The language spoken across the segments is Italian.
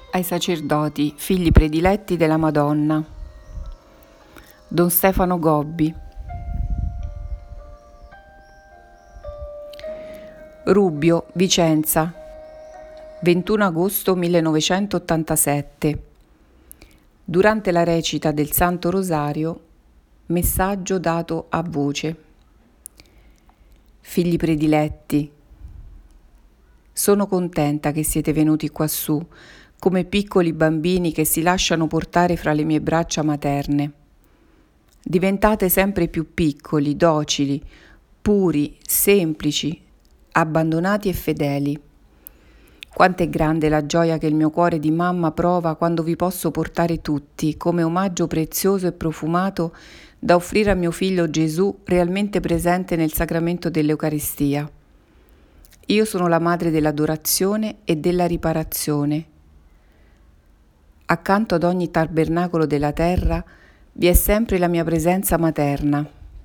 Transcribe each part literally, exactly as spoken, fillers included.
ai sacerdoti, figli prediletti della Madonna. Don Stefano Gobbi. Rubbio, Vicenza, ventuno agosto millenovecentottantasette. Durante la recita del Santo Rosario, messaggio dato a voce. Figli prediletti, sono contenta che siete venuti quassù, come piccoli bambini che si lasciano portare fra le mie braccia materne. Diventate sempre più piccoli, docili, puri, semplici, abbandonati e fedeli. Quanto è grande la gioia che il mio cuore di mamma prova quando vi posso portare tutti, come omaggio prezioso e profumato da offrire a mio figlio Gesù realmente presente nel sacramento dell'Eucaristia. Io sono la madre dell'adorazione e della riparazione. Accanto ad ogni tabernacolo della terra vi è sempre la mia presenza materna.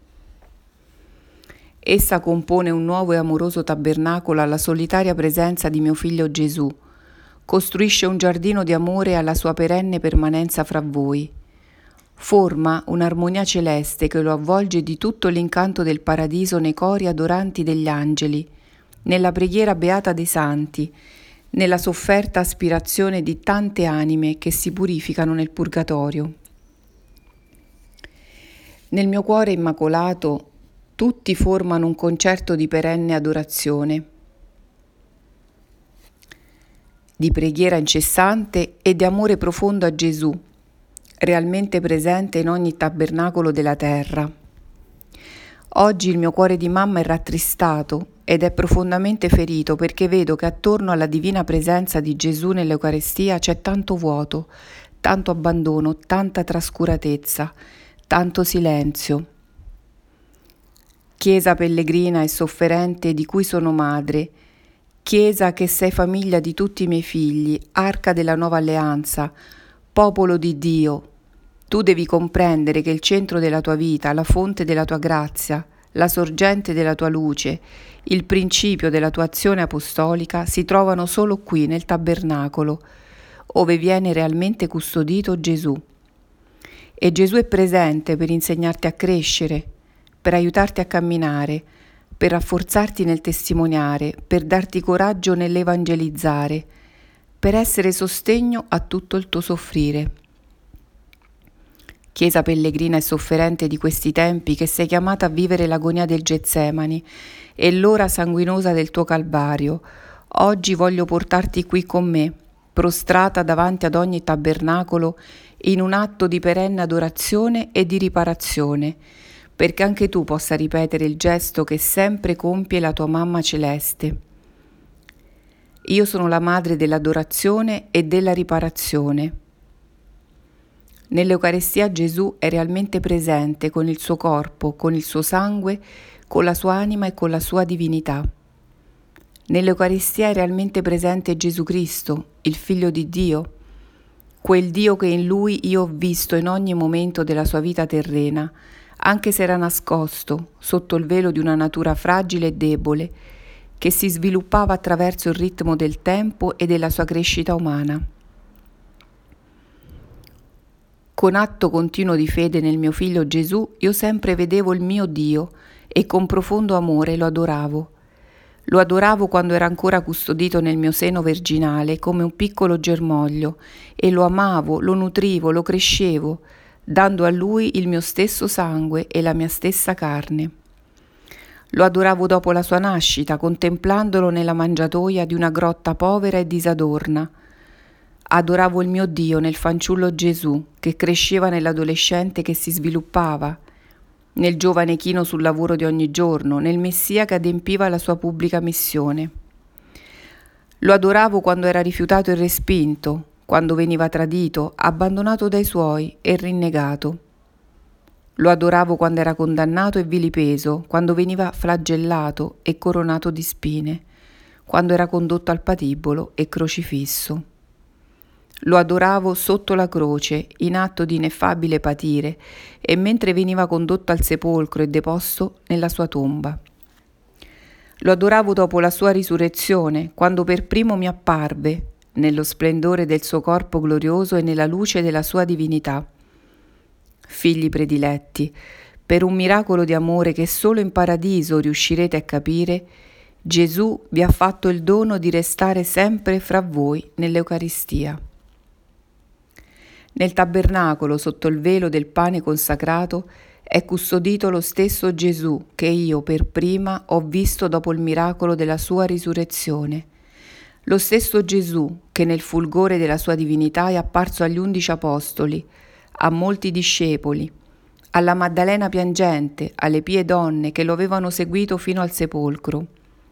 Essa compone un nuovo e amoroso tabernacolo alla solitaria presenza di mio figlio Gesù, costruisce un giardino di amore alla sua perenne permanenza fra voi, forma un'armonia celeste che lo avvolge di tutto l'incanto del paradiso nei cori adoranti degli angeli, nella preghiera beata dei santi, nella sofferta aspirazione di tante anime che si purificano nel purgatorio. Nel mio cuore immacolato tutti formano un concerto di perenne adorazione, di preghiera incessante e di amore profondo a Gesù, realmente presente in ogni tabernacolo della terra. Oggi il mio cuore di mamma è rattristato ed è profondamente ferito perché vedo che attorno alla divina presenza di Gesù nell'Eucaristia c'è tanto vuoto, tanto abbandono, tanta trascuratezza, tanto silenzio. Chiesa pellegrina e sofferente di cui sono madre, Chiesa che sei famiglia di tutti i miei figli, arca della nuova alleanza, popolo di Dio, tu devi comprendere che il centro della tua vita, la fonte della tua grazia, la sorgente della tua luce, il principio della tua azione apostolica si trovano solo qui nel tabernacolo, ove viene realmente custodito Gesù. E Gesù è presente per insegnarti a crescere, per aiutarti a camminare, per rafforzarti nel testimoniare, per darti coraggio nell'evangelizzare, per essere sostegno a tutto il tuo soffrire. Chiesa pellegrina e sofferente di questi tempi che sei chiamata a vivere l'agonia del Getsemani e l'ora sanguinosa del tuo Calvario, oggi voglio portarti qui con me, prostrata davanti ad ogni tabernacolo in un atto di perenne adorazione e di riparazione, perché anche tu possa ripetere il gesto che sempre compie la tua mamma celeste. Io sono la madre dell'adorazione e della riparazione. Nell'Eucaristia Gesù è realmente presente con il suo corpo, con il suo sangue, con la sua anima e con la sua divinità. Nell'Eucaristia è realmente presente Gesù Cristo, il Figlio di Dio, quel Dio che in Lui io ho visto in ogni momento della sua vita terrena, anche se era nascosto sotto il velo di una natura fragile e debole, che si sviluppava attraverso il ritmo del tempo e della sua crescita umana. Con atto continuo di fede nel mio figlio Gesù, io sempre vedevo il mio Dio e con profondo amore lo adoravo. Lo adoravo quando era ancora custodito nel mio seno virginale come un piccolo germoglio e lo amavo, lo nutrivo, lo crescevo, dando a lui il mio stesso sangue e la mia stessa carne. Lo adoravo dopo la sua nascita, contemplandolo nella mangiatoia di una grotta povera e disadorna. Adoravo il mio Dio nel fanciullo Gesù che cresceva nell'adolescente che si sviluppava, nel giovane chino sul lavoro di ogni giorno, nel Messia che adempiva la sua pubblica missione. Lo adoravo quando era rifiutato e respinto, quando veniva tradito, abbandonato dai suoi e rinnegato. Lo adoravo quando era condannato e vilipeso, quando veniva flagellato e coronato di spine, quando era condotto al patibolo e crocifisso. Lo adoravo sotto la croce, in atto di ineffabile patire, e mentre veniva condotto al sepolcro e deposto nella sua tomba. Lo adoravo dopo la sua risurrezione, quando per primo mi apparve, nello splendore del suo corpo glorioso e nella luce della sua divinità. Figli prediletti, per un miracolo di amore che solo in paradiso riuscirete a capire, Gesù vi ha fatto il dono di restare sempre fra voi nell'Eucaristia. Nel tabernacolo, sotto il velo del pane consacrato, è custodito lo stesso Gesù che io per prima ho visto dopo il miracolo della sua risurrezione. Lo stesso Gesù che nel fulgore della sua divinità è apparso agli undici apostoli, a molti discepoli, alla Maddalena piangente, alle pie donne che lo avevano seguito fino al sepolcro.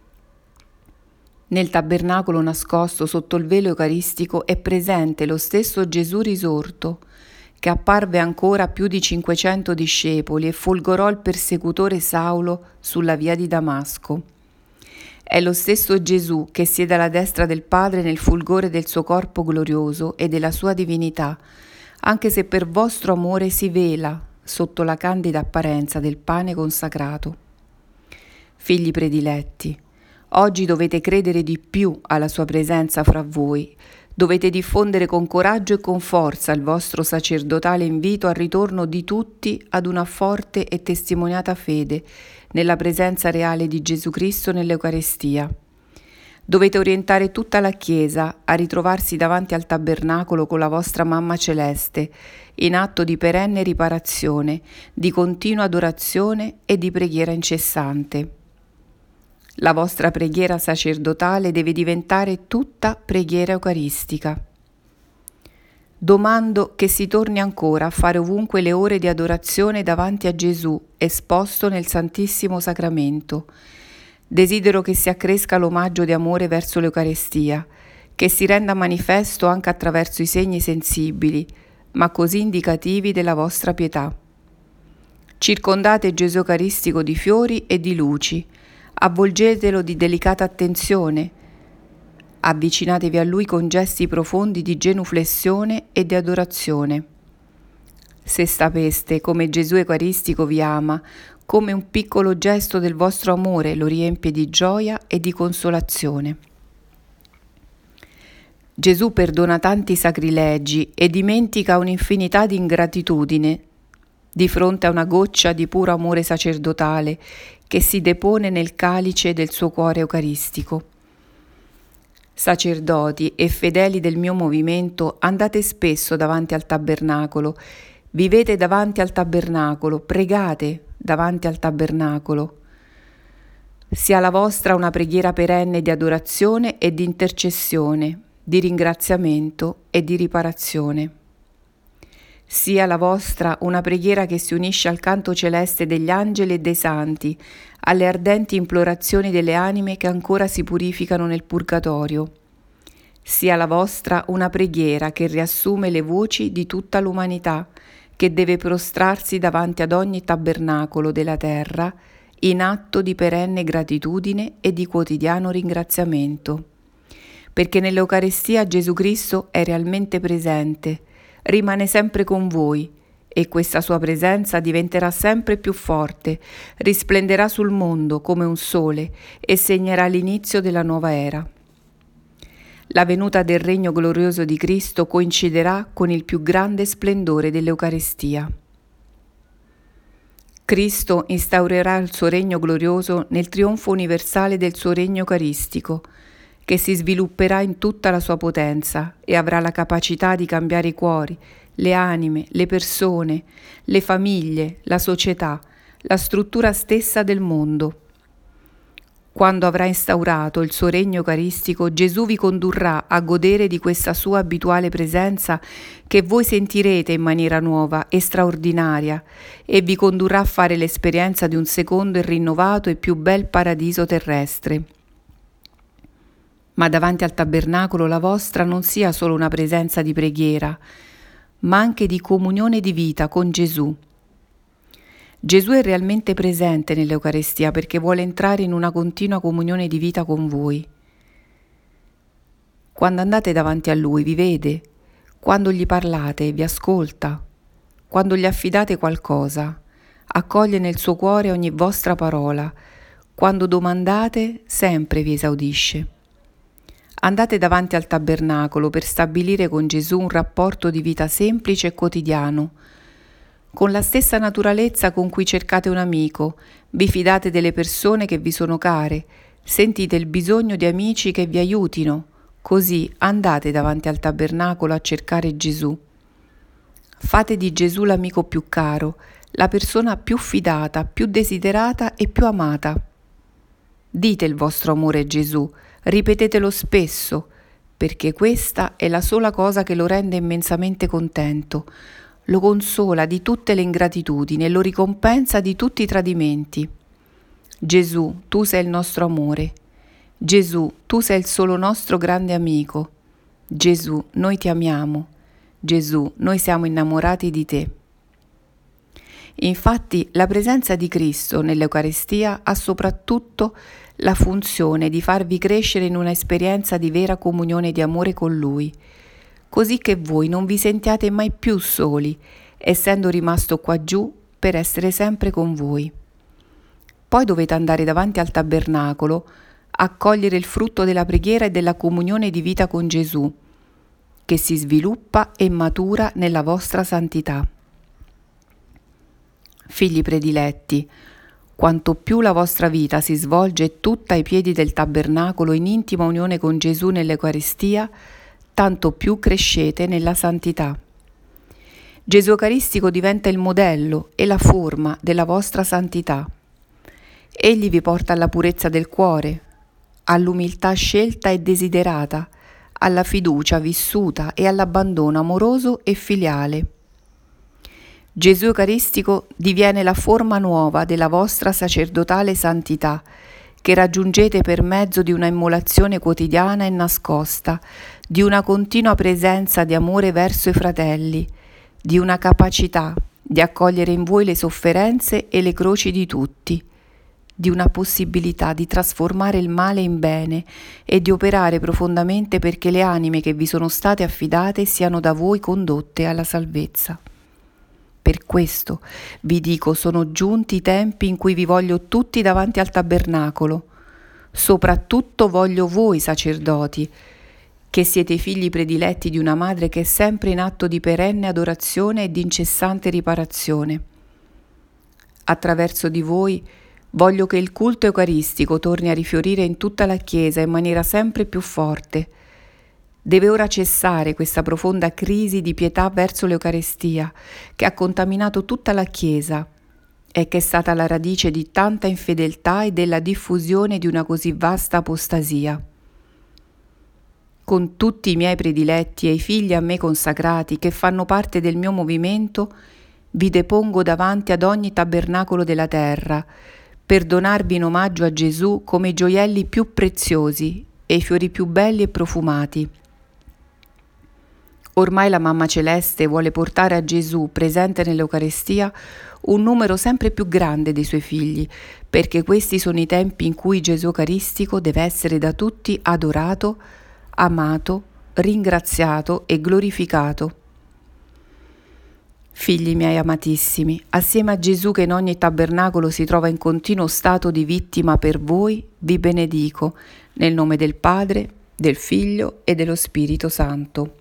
Nel tabernacolo nascosto sotto il velo eucaristico è presente lo stesso Gesù risorto, che apparve ancora a più di cinquecento discepoli e folgorò il persecutore Saulo sulla via di Damasco. È lo stesso Gesù che siede alla destra del Padre nel fulgore del suo corpo glorioso e della sua divinità, anche se per vostro amore si vela sotto la candida apparenza del pane consacrato. Figli prediletti, oggi dovete credere di più alla sua presenza fra voi, dovete diffondere con coraggio e con forza il vostro sacerdotale invito al ritorno di tutti ad una forte e testimoniata fede nella presenza reale di Gesù Cristo nell'Eucaristia. Dovete orientare tutta la Chiesa a ritrovarsi davanti al tabernacolo con la vostra Mamma Celeste, in atto di perenne riparazione, di continua adorazione e di preghiera incessante. La vostra preghiera sacerdotale deve diventare tutta preghiera eucaristica. Domando che si torni ancora a fare ovunque le ore di adorazione davanti a Gesù esposto nel Santissimo Sacramento. Desidero che si accresca l'omaggio di amore verso l'Eucaristia, che si renda manifesto anche attraverso i segni sensibili, ma così indicativi della vostra pietà. Circondate Gesù Eucaristico di fiori e di luci, avvolgetelo di delicata attenzione, avvicinatevi a Lui con gesti profondi di genuflessione e di adorazione. Se sapeste come Gesù Eucaristico vi ama, come un piccolo gesto del vostro amore lo riempie di gioia e di consolazione. Gesù perdona tanti sacrilegi e dimentica un'infinità di ingratitudine di fronte a una goccia di puro amore sacerdotale che si depone nel calice del suo cuore eucaristico. Sacerdoti e fedeli del mio movimento, andate spesso davanti al tabernacolo, vivete davanti al tabernacolo, pregate davanti al tabernacolo. Sia la vostra una preghiera perenne di adorazione e di intercessione, di ringraziamento e di riparazione. Sia la vostra una preghiera che si unisce al canto celeste degli angeli e dei santi, alle ardenti implorazioni delle anime che ancora si purificano nel purgatorio. Sia la vostra una preghiera che riassume le voci di tutta l'umanità, che deve prostrarsi davanti ad ogni tabernacolo della terra in atto di perenne gratitudine e di quotidiano ringraziamento. Perché nell'Eucaristia Gesù Cristo è realmente presente, rimane sempre con voi e questa sua presenza diventerà sempre più forte, risplenderà sul mondo come un sole e segnerà l'inizio della nuova era. La venuta del regno glorioso di Cristo coinciderà con il più grande splendore dell'Eucaristia. Cristo instaurerà il suo regno glorioso nel trionfo universale del suo regno eucaristico, che si svilupperà in tutta la sua potenza e avrà la capacità di cambiare i cuori, le anime, le persone, le famiglie, la società, la struttura stessa del mondo. Quando avrà instaurato il suo regno eucaristico, Gesù vi condurrà a godere di questa sua abituale presenza che voi sentirete in maniera nuova e straordinaria e vi condurrà a fare l'esperienza di un secondo e rinnovato e più bel paradiso terrestre. Ma davanti al tabernacolo la vostra non sia solo una presenza di preghiera, ma anche di comunione di vita con Gesù. Gesù è realmente presente nell'Eucaristia perché vuole entrare in una continua comunione di vita con voi. Quando andate davanti a Lui vi vede, quando gli parlate vi ascolta, quando gli affidate qualcosa, accoglie nel suo cuore ogni vostra parola, quando domandate sempre vi esaudisce. Andate davanti al tabernacolo per stabilire con Gesù un rapporto di vita semplice e quotidiano. Con la stessa naturalezza con cui cercate un amico, vi fidate delle persone che vi sono care, sentite il bisogno di amici che vi aiutino, così andate davanti al tabernacolo a cercare Gesù. Fate di Gesù l'amico più caro, la persona più fidata, più desiderata e più amata. Dite il vostro amore a Gesù, ripetetelo spesso, perché questa è la sola cosa che lo rende immensamente contento, lo consola di tutte le ingratitudini e lo ricompensa di tutti i tradimenti. Gesù, tu sei il nostro amore. Gesù, tu sei il solo nostro grande amico. Gesù, noi ti amiamo. Gesù, noi siamo innamorati di te. Infatti, la presenza di Cristo nell'Eucaristia ha soprattutto la funzione di farvi crescere in una esperienza di vera comunione di amore con Lui, così che voi non vi sentiate mai più soli, essendo rimasto qua giù per essere sempre con voi. Poi dovete andare davanti al tabernacolo a cogliere il frutto della preghiera e della comunione di vita con Gesù, che si sviluppa e matura nella vostra santità. Figli prediletti, quanto più la vostra vita si svolge tutta ai piedi del tabernacolo in intima unione con Gesù nell'Eucaristia, tanto più crescete nella santità. Gesù Eucaristico diventa il modello e la forma della vostra santità. Egli vi porta alla purezza del cuore, all'umiltà scelta e desiderata, alla fiducia vissuta e all'abbandono amoroso e filiale. Gesù Eucaristico diviene la forma nuova della vostra sacerdotale santità, che raggiungete per mezzo di una immolazione quotidiana e nascosta, di una continua presenza di amore verso i fratelli, di una capacità di accogliere in voi le sofferenze e le croci di tutti, di una possibilità di trasformare il male in bene e di operare profondamente perché le anime che vi sono state affidate siano da voi condotte alla salvezza. Per questo vi dico, sono giunti i tempi in cui vi voglio tutti davanti al tabernacolo. Soprattutto voglio voi, sacerdoti, che siete figli prediletti di una madre che è sempre in atto di perenne adorazione e di incessante riparazione. Attraverso di voi voglio che il culto eucaristico torni a rifiorire in tutta la Chiesa in maniera sempre più forte. Deve ora cessare questa profonda crisi di pietà verso l'Eucaristia che ha contaminato tutta la Chiesa e che è stata la radice di tanta infedeltà e della diffusione di una così vasta apostasia. Con tutti i miei prediletti e i figli a me consacrati che fanno parte del mio movimento, vi depongo davanti ad ogni tabernacolo della terra per donarvi in omaggio a Gesù come i gioielli più preziosi e i fiori più belli e profumati. Ormai la Mamma Celeste vuole portare a Gesù, presente nell'Eucaristia, un numero sempre più grande dei suoi figli, perché questi sono i tempi in cui Gesù Eucaristico deve essere da tutti adorato, amato, ringraziato e glorificato. Figli miei amatissimi, assieme a Gesù che in ogni tabernacolo si trova in continuo stato di vittima per voi, vi benedico, nel nome del Padre, del Figlio e dello Spirito Santo.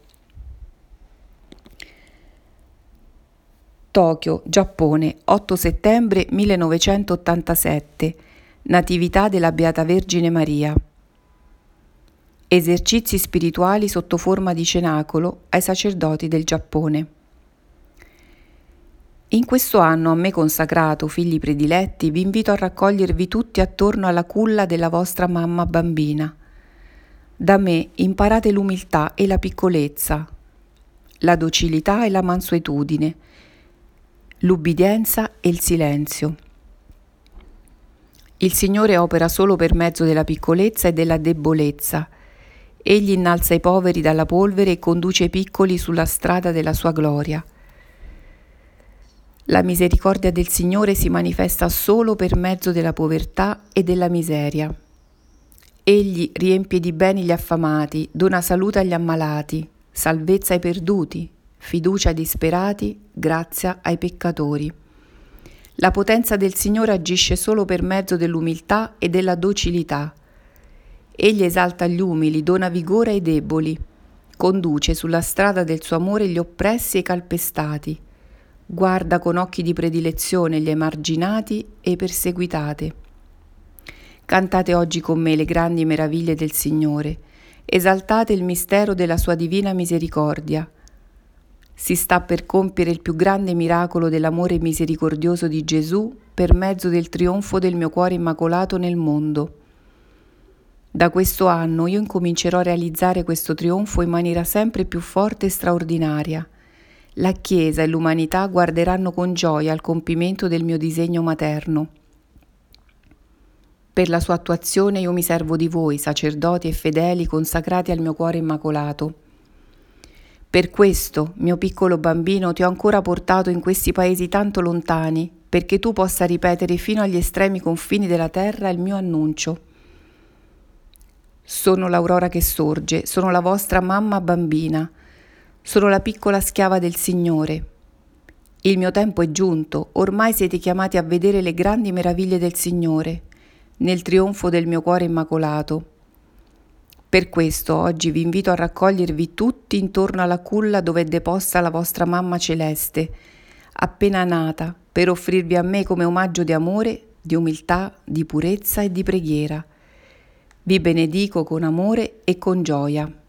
Tokyo, Giappone, otto settembre millenovecentottantasette. Natività della Beata Vergine Maria. Esercizi spirituali sotto forma di cenacolo ai sacerdoti del Giappone. In questo anno a me consacrato, figli prediletti, vi invito a raccogliervi tutti attorno alla culla della vostra mamma bambina. Da me imparate l'umiltà e la piccolezza, la docilità e la mansuetudine, l'ubbidienza e il silenzio. Il Signore opera solo per mezzo della piccolezza e della debolezza. Egli innalza i poveri dalla polvere e conduce i piccoli sulla strada della sua gloria. La misericordia del Signore si manifesta solo per mezzo della povertà e della miseria. Egli riempie di beni gli affamati, dona salute agli ammalati, salvezza ai perduti, fiducia ai disperati, grazia ai peccatori. La potenza del Signore agisce solo per mezzo dell'umiltà e della docilità. Egli esalta gli umili, dona vigore ai deboli, conduce sulla strada del suo amore gli oppressi e i calpestati, guarda con occhi di predilezione gli emarginati e i perseguitati. Cantate oggi con me le grandi meraviglie del Signore, esaltate il mistero della sua divina misericordia. Si sta per compiere il più grande miracolo dell'amore misericordioso di Gesù per mezzo del trionfo del mio cuore immacolato nel mondo. Da questo anno io incomincerò a realizzare questo trionfo in maniera sempre più forte e straordinaria. La Chiesa e l'umanità guarderanno con gioia al compimento del mio disegno materno. Per la sua attuazione io mi servo di voi, sacerdoti e fedeli consacrati al mio cuore immacolato. Per questo, mio piccolo bambino, ti ho ancora portato in questi paesi tanto lontani, perché tu possa ripetere fino agli estremi confini della terra il mio annuncio. Sono l'aurora che sorge, sono la vostra mamma bambina, sono la piccola schiava del Signore. Il mio tempo è giunto, ormai siete chiamati a vedere le grandi meraviglie del Signore, nel trionfo del mio cuore immacolato. Per questo oggi vi invito a raccogliervi tutti intorno alla culla dove è deposta la vostra mamma celeste, appena nata, per offrirvi a me come omaggio di amore, di umiltà, di purezza e di preghiera. Vi benedico con amore e con gioia.